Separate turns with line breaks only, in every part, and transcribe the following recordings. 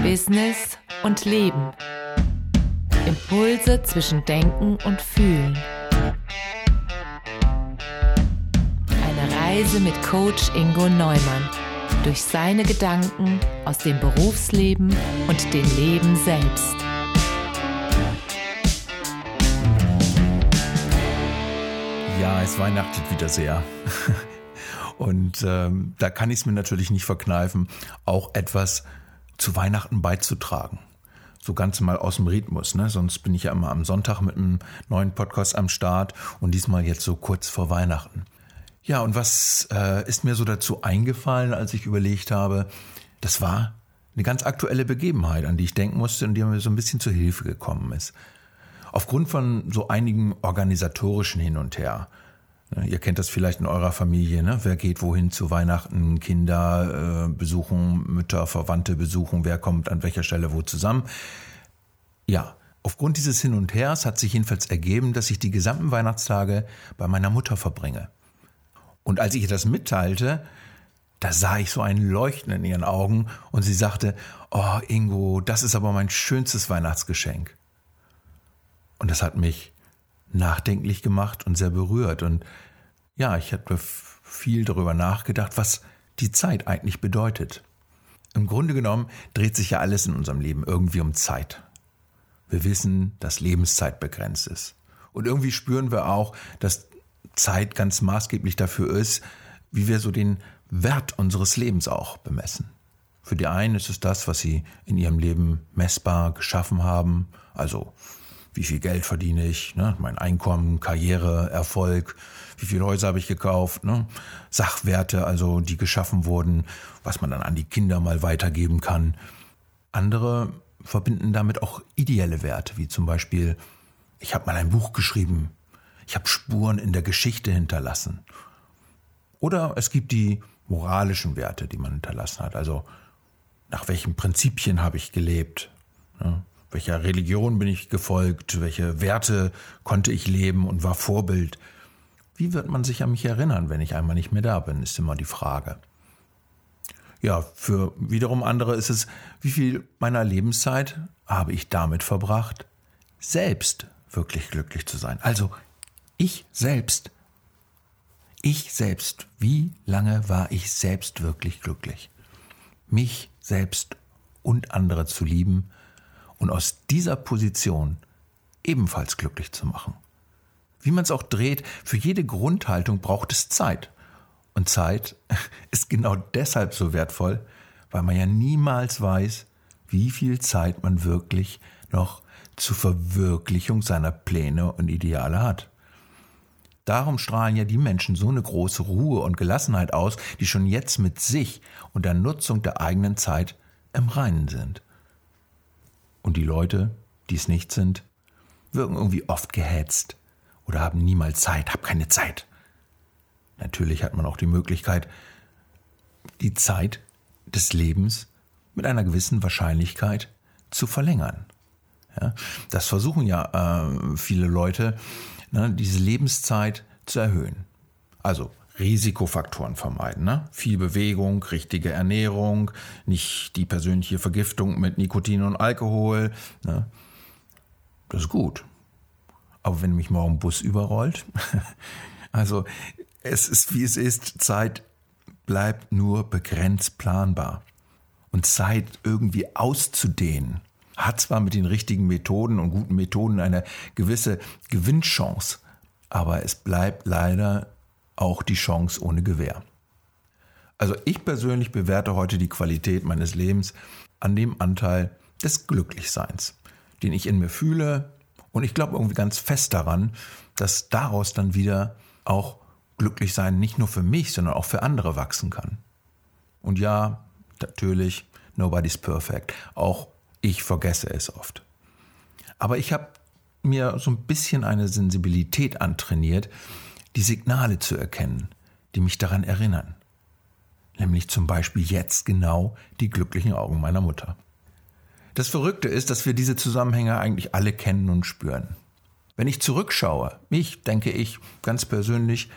Business und Leben. Impulse zwischen Denken und Fühlen. Eine Reise mit Coach Ingo Neumann durch seine Gedanken aus dem Berufsleben und dem Leben selbst.
Ja, es weihnachtet wieder sehr. Und da kann ich es mir natürlich nicht verkneifen, auch etwas zu Weihnachten beizutragen. So ganz mal aus dem Rhythmus, ne? Sonst bin ich ja immer am Sonntag mit einem neuen Podcast am Start und diesmal jetzt so kurz vor Weihnachten. Ja, und was ist mir so dazu eingefallen, als ich überlegt habe, das war eine ganz aktuelle Begebenheit, an die ich denken musste und die mir so ein bisschen zur Hilfe gekommen ist. Aufgrund von so einigen organisatorischen Hin und Her. Ihr kennt das vielleicht in eurer Familie, ne? Wer geht wohin zu Weihnachten, Kinder besuchen, Mütter, Verwandte besuchen, wer kommt an welcher Stelle wo zusammen. Ja, aufgrund dieses Hin und Hers hat sich jedenfalls ergeben, dass ich die gesamten Weihnachtstage bei meiner Mutter verbringe. Und als ich ihr das mitteilte, da sah ich so ein Leuchten in ihren Augen und sie sagte, oh Ingo, das ist aber mein schönstes Weihnachtsgeschenk. Und das hat mich nachdenklich gemacht und sehr berührt. Und ja, ich habe viel darüber nachgedacht, was die Zeit eigentlich bedeutet. Im Grunde genommen dreht sich ja alles in unserem Leben irgendwie um Zeit. Wir wissen, dass Lebenszeit begrenzt ist. Und irgendwie spüren wir auch, dass Zeit ganz maßgeblich dafür ist, wie wir so den Wert unseres Lebens auch bemessen. Für die einen ist es das, was sie in ihrem Leben messbar geschaffen haben, also wie viel Geld verdiene ich, ne? Mein Einkommen, Karriere, Erfolg, wie viele Häuser habe ich gekauft, ne? Sachwerte, also die geschaffen wurden, was man dann an die Kinder mal weitergeben kann. Andere verbinden damit auch ideelle Werte, wie zum Beispiel, ich habe mal ein Buch geschrieben, ich habe Spuren in der Geschichte hinterlassen. Oder es gibt die moralischen Werte, die man hinterlassen hat, also nach welchen Prinzipien habe ich gelebt, ne? Welcher Religion bin ich gefolgt? Welche Werte konnte ich leben und war Vorbild? Wie wird man sich an mich erinnern, wenn ich einmal nicht mehr da bin, ist immer die Frage. Ja, für wiederum andere ist es, wie viel meiner Lebenszeit habe ich damit verbracht, selbst wirklich glücklich zu sein. Also ich selbst, wie lange war ich selbst wirklich glücklich? Mich selbst und andere zu lieben, und aus dieser Position ebenfalls glücklich zu machen. Wie man es auch dreht, für jede Grundhaltung braucht es Zeit. Und Zeit ist genau deshalb so wertvoll, weil man ja niemals weiß, wie viel Zeit man wirklich noch zur Verwirklichung seiner Pläne und Ideale hat. Darum strahlen ja die Menschen so eine große Ruhe und Gelassenheit aus, die schon jetzt mit sich und der Nutzung der eigenen Zeit im Reinen sind. Und die Leute, die es nicht sind, wirken irgendwie oft gehetzt oder haben niemals Zeit, hab keine Zeit. Natürlich hat man auch die Möglichkeit, die Zeit des Lebens mit einer gewissen Wahrscheinlichkeit zu verlängern. Ja, das versuchen ja viele Leute, ne, diese Lebenszeit zu erhöhen. Also Risikofaktoren vermeiden, ne? Viel Bewegung, richtige Ernährung, nicht die persönliche Vergiftung mit Nikotin und Alkohol. Ne? Das ist gut. Aber wenn mich morgen ein Bus überrollt, also es ist wie es ist, Zeit bleibt nur begrenzt planbar. Und Zeit irgendwie auszudehnen, hat zwar mit den richtigen Methoden und guten Methoden eine gewisse Gewinnchance, aber es bleibt leider auch die Chance ohne Gewähr. Also ich persönlich bewerte heute die Qualität meines Lebens an dem Anteil des Glücklichseins, den ich in mir fühle, und ich glaube irgendwie ganz fest daran, dass daraus dann wieder auch Glücklichsein nicht nur für mich, sondern auch für andere wachsen kann. Und ja, natürlich, nobody's perfect. Auch ich vergesse es oft. Aber ich habe mir so ein bisschen eine Sensibilität antrainiert, die Signale zu erkennen, die mich daran erinnern. Nämlich zum Beispiel jetzt genau die glücklichen Augen meiner Mutter. Das Verrückte ist, dass wir diese Zusammenhänge eigentlich alle kennen und spüren. Wenn ich zurückschaue, denke ich ganz persönlich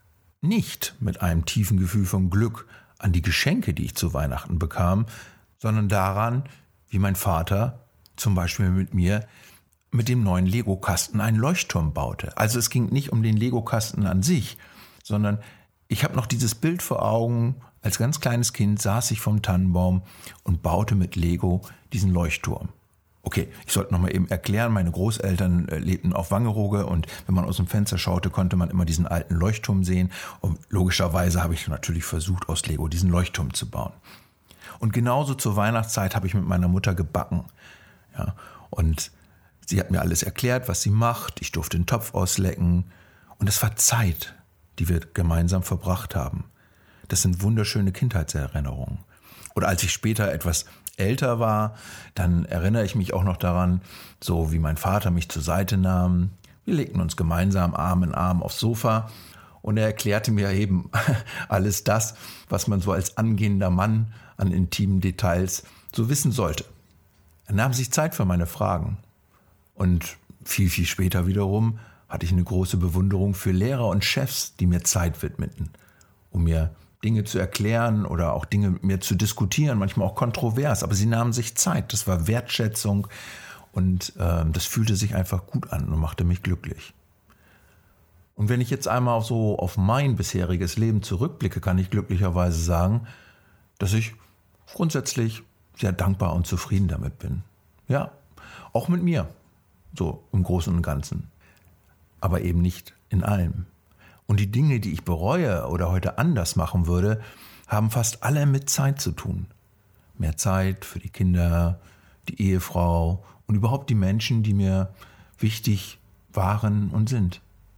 nicht mit einem tiefen Gefühl von Glück an die Geschenke, die ich zu Weihnachten bekam, sondern daran, wie mein Vater zum Beispiel mit mir mit dem neuen Lego-Kasten einen Leuchtturm baute. Also es ging nicht um den Lego-Kasten an sich, sondern ich habe noch dieses Bild vor Augen. Als ganz kleines Kind saß ich vom Tannenbaum und baute mit Lego diesen Leuchtturm. Okay, ich sollte noch mal eben erklären, meine Großeltern lebten auf Wangerooge und wenn man aus dem Fenster schaute, konnte man immer diesen alten Leuchtturm sehen. Und logischerweise habe ich natürlich versucht, aus Lego diesen Leuchtturm zu bauen. Und genauso zur Weihnachtszeit habe ich mit meiner Mutter gebacken. Ja, und sie hat mir alles erklärt, was sie macht. Ich durfte den Topf auslecken. Und es war Zeit, die wir gemeinsam verbracht haben. Das sind wunderschöne Kindheitserinnerungen. Oder als ich später etwas älter war, dann erinnere ich mich auch noch daran, so wie mein Vater mich zur Seite nahm. Wir legten uns gemeinsam Arm in Arm aufs Sofa und er erklärte mir eben alles das, was man so als angehender Mann an intimen Details so wissen sollte. Er nahm sich Zeit für meine Fragen. Und viel, viel später wiederum hatte ich eine große Bewunderung für Lehrer und Chefs, die mir Zeit widmeten, um mir Dinge zu erklären oder auch Dinge mit mir zu diskutieren, manchmal auch kontrovers. Aber sie nahmen sich Zeit, das war Wertschätzung und das fühlte sich einfach gut an und machte mich glücklich. Und wenn ich jetzt einmal so auf mein bisheriges Leben zurückblicke, kann ich glücklicherweise sagen, dass ich grundsätzlich sehr dankbar und zufrieden damit bin. Ja, auch mit mir, so im Großen und Ganzen. Aber eben nicht in allem. Und die Dinge, die ich bereue oder heute anders machen würde, haben fast alle mit Zeit zu tun. Mehr Zeit für die Kinder, die Ehefrau und überhaupt die Menschen, die mir wichtig waren und sind.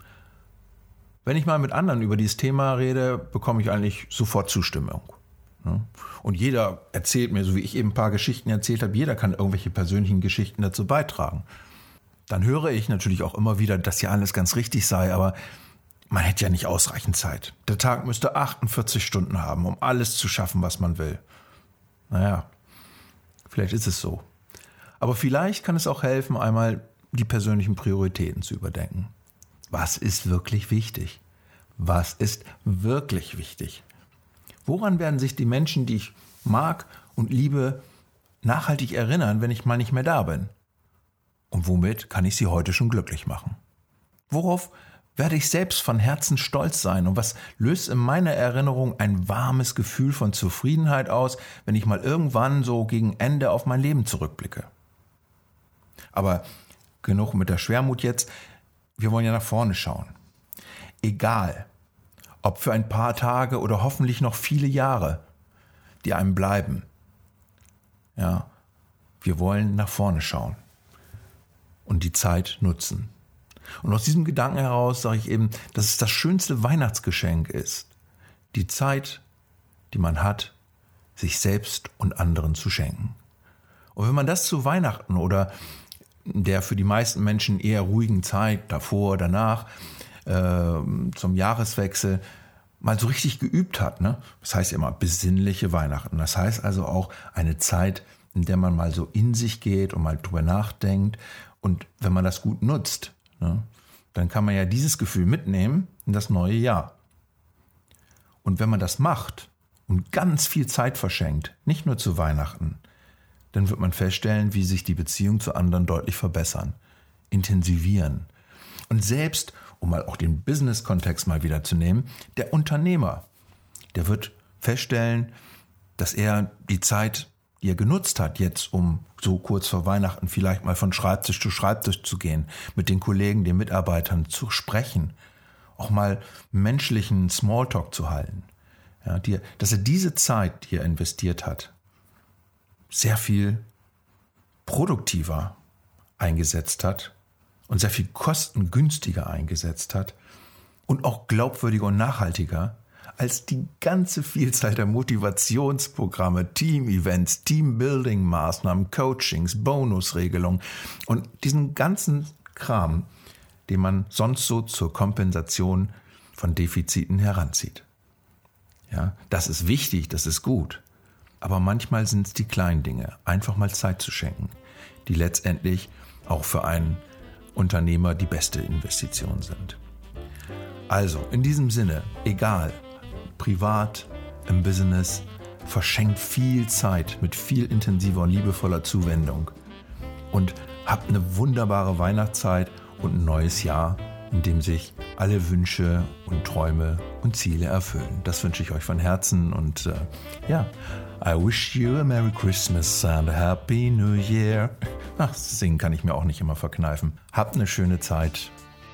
Wenn ich mal mit anderen über dieses Thema rede, bekomme ich eigentlich sofort Zustimmung. Und jeder erzählt mir, so wie ich eben ein paar Geschichten erzählt habe, jeder kann irgendwelche persönlichen Geschichten dazu beitragen. Dann höre ich natürlich auch immer wieder, dass ja alles ganz richtig sei, aber man hätte ja nicht ausreichend Zeit. Der Tag müsste 48 Stunden haben, um alles zu schaffen, was man will. Naja, vielleicht ist es so. Aber vielleicht kann es auch helfen, einmal die persönlichen Prioritäten zu überdenken. Was ist wirklich wichtig? Was ist wirklich wichtig? Woran werden sich die Menschen, die ich mag und liebe, nachhaltig erinnern, wenn ich mal nicht mehr da bin? Und womit kann ich sie heute schon glücklich machen? Worauf werde ich selbst von Herzen stolz sein? Und was löst in meiner Erinnerung ein warmes Gefühl von Zufriedenheit aus, wenn ich mal irgendwann so gegen Ende auf mein Leben zurückblicke? Aber genug mit der Schwermut jetzt. Wir wollen ja nach vorne schauen. Egal, ob für ein paar Tage oder hoffentlich noch viele Jahre, die einem bleiben. Ja, wir wollen nach vorne schauen und die Zeit nutzen. Und aus diesem Gedanken heraus sage ich eben, dass es das schönste Weihnachtsgeschenk ist, die Zeit, die man hat, sich selbst und anderen zu schenken. Und wenn man das zu Weihnachten oder der für die meisten Menschen eher ruhigen Zeit davor oder danach zum Jahreswechsel mal so richtig geübt hat, ne? Das heißt ja immer besinnliche Weihnachten. Das heißt also auch eine Zeit, in der man mal so in sich geht und mal drüber nachdenkt. Und wenn man das gut nutzt, ne, dann kann man ja dieses Gefühl mitnehmen in das neue Jahr. Und wenn man das macht und ganz viel Zeit verschenkt, nicht nur zu Weihnachten, dann wird man feststellen, wie sich die Beziehungen zu anderen deutlich verbessern, intensivieren. Und selbst, um mal auch den Business-Kontext mal wieder zu nehmen, der Unternehmer, der wird feststellen, dass er die Zeit, die er genutzt hat, jetzt um so kurz vor Weihnachten vielleicht mal von Schreibtisch zu Schreibtisch zu gehen, mit den Kollegen, den Mitarbeitern zu sprechen, auch mal menschlichen Smalltalk zu halten. Ja, dass er diese Zeit, die er investiert hat, sehr viel produktiver eingesetzt hat und sehr viel kostengünstiger eingesetzt hat und auch glaubwürdiger und nachhaltiger als die ganze Vielzahl der Motivationsprogramme, Team-Events, Team-Building-Maßnahmen, Coachings, Bonusregelungen und diesen ganzen Kram, den man sonst so zur Kompensation von Defiziten heranzieht. Ja, das ist wichtig, das ist gut. Aber manchmal sind es die kleinen Dinge, einfach mal Zeit zu schenken, die letztendlich auch für einen Unternehmer die beste Investition sind. Also, in diesem Sinne, egal, privat, im Business, verschenkt viel Zeit mit viel intensiver und liebevoller Zuwendung. Und habt eine wunderbare Weihnachtszeit und ein neues Jahr, in dem sich alle Wünsche und Träume und Ziele erfüllen. Das wünsche ich euch von Herzen und I wish you a Merry Christmas and a Happy New Year. Ach, singen kann ich mir auch nicht immer verkneifen. Habt eine schöne Zeit.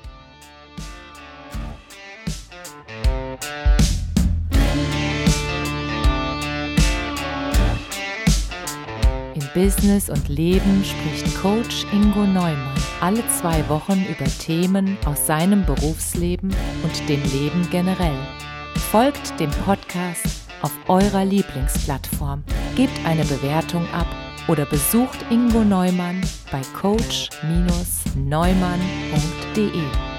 Im Business und Leben spricht Coach Ingo Neumann alle 2 Wochen über Themen aus seinem Berufsleben und dem Leben generell. Folgt dem Podcast auf eurer Lieblingsplattform, gebt eine Bewertung ab oder besucht Ingo Neumann bei coach-neumann.de.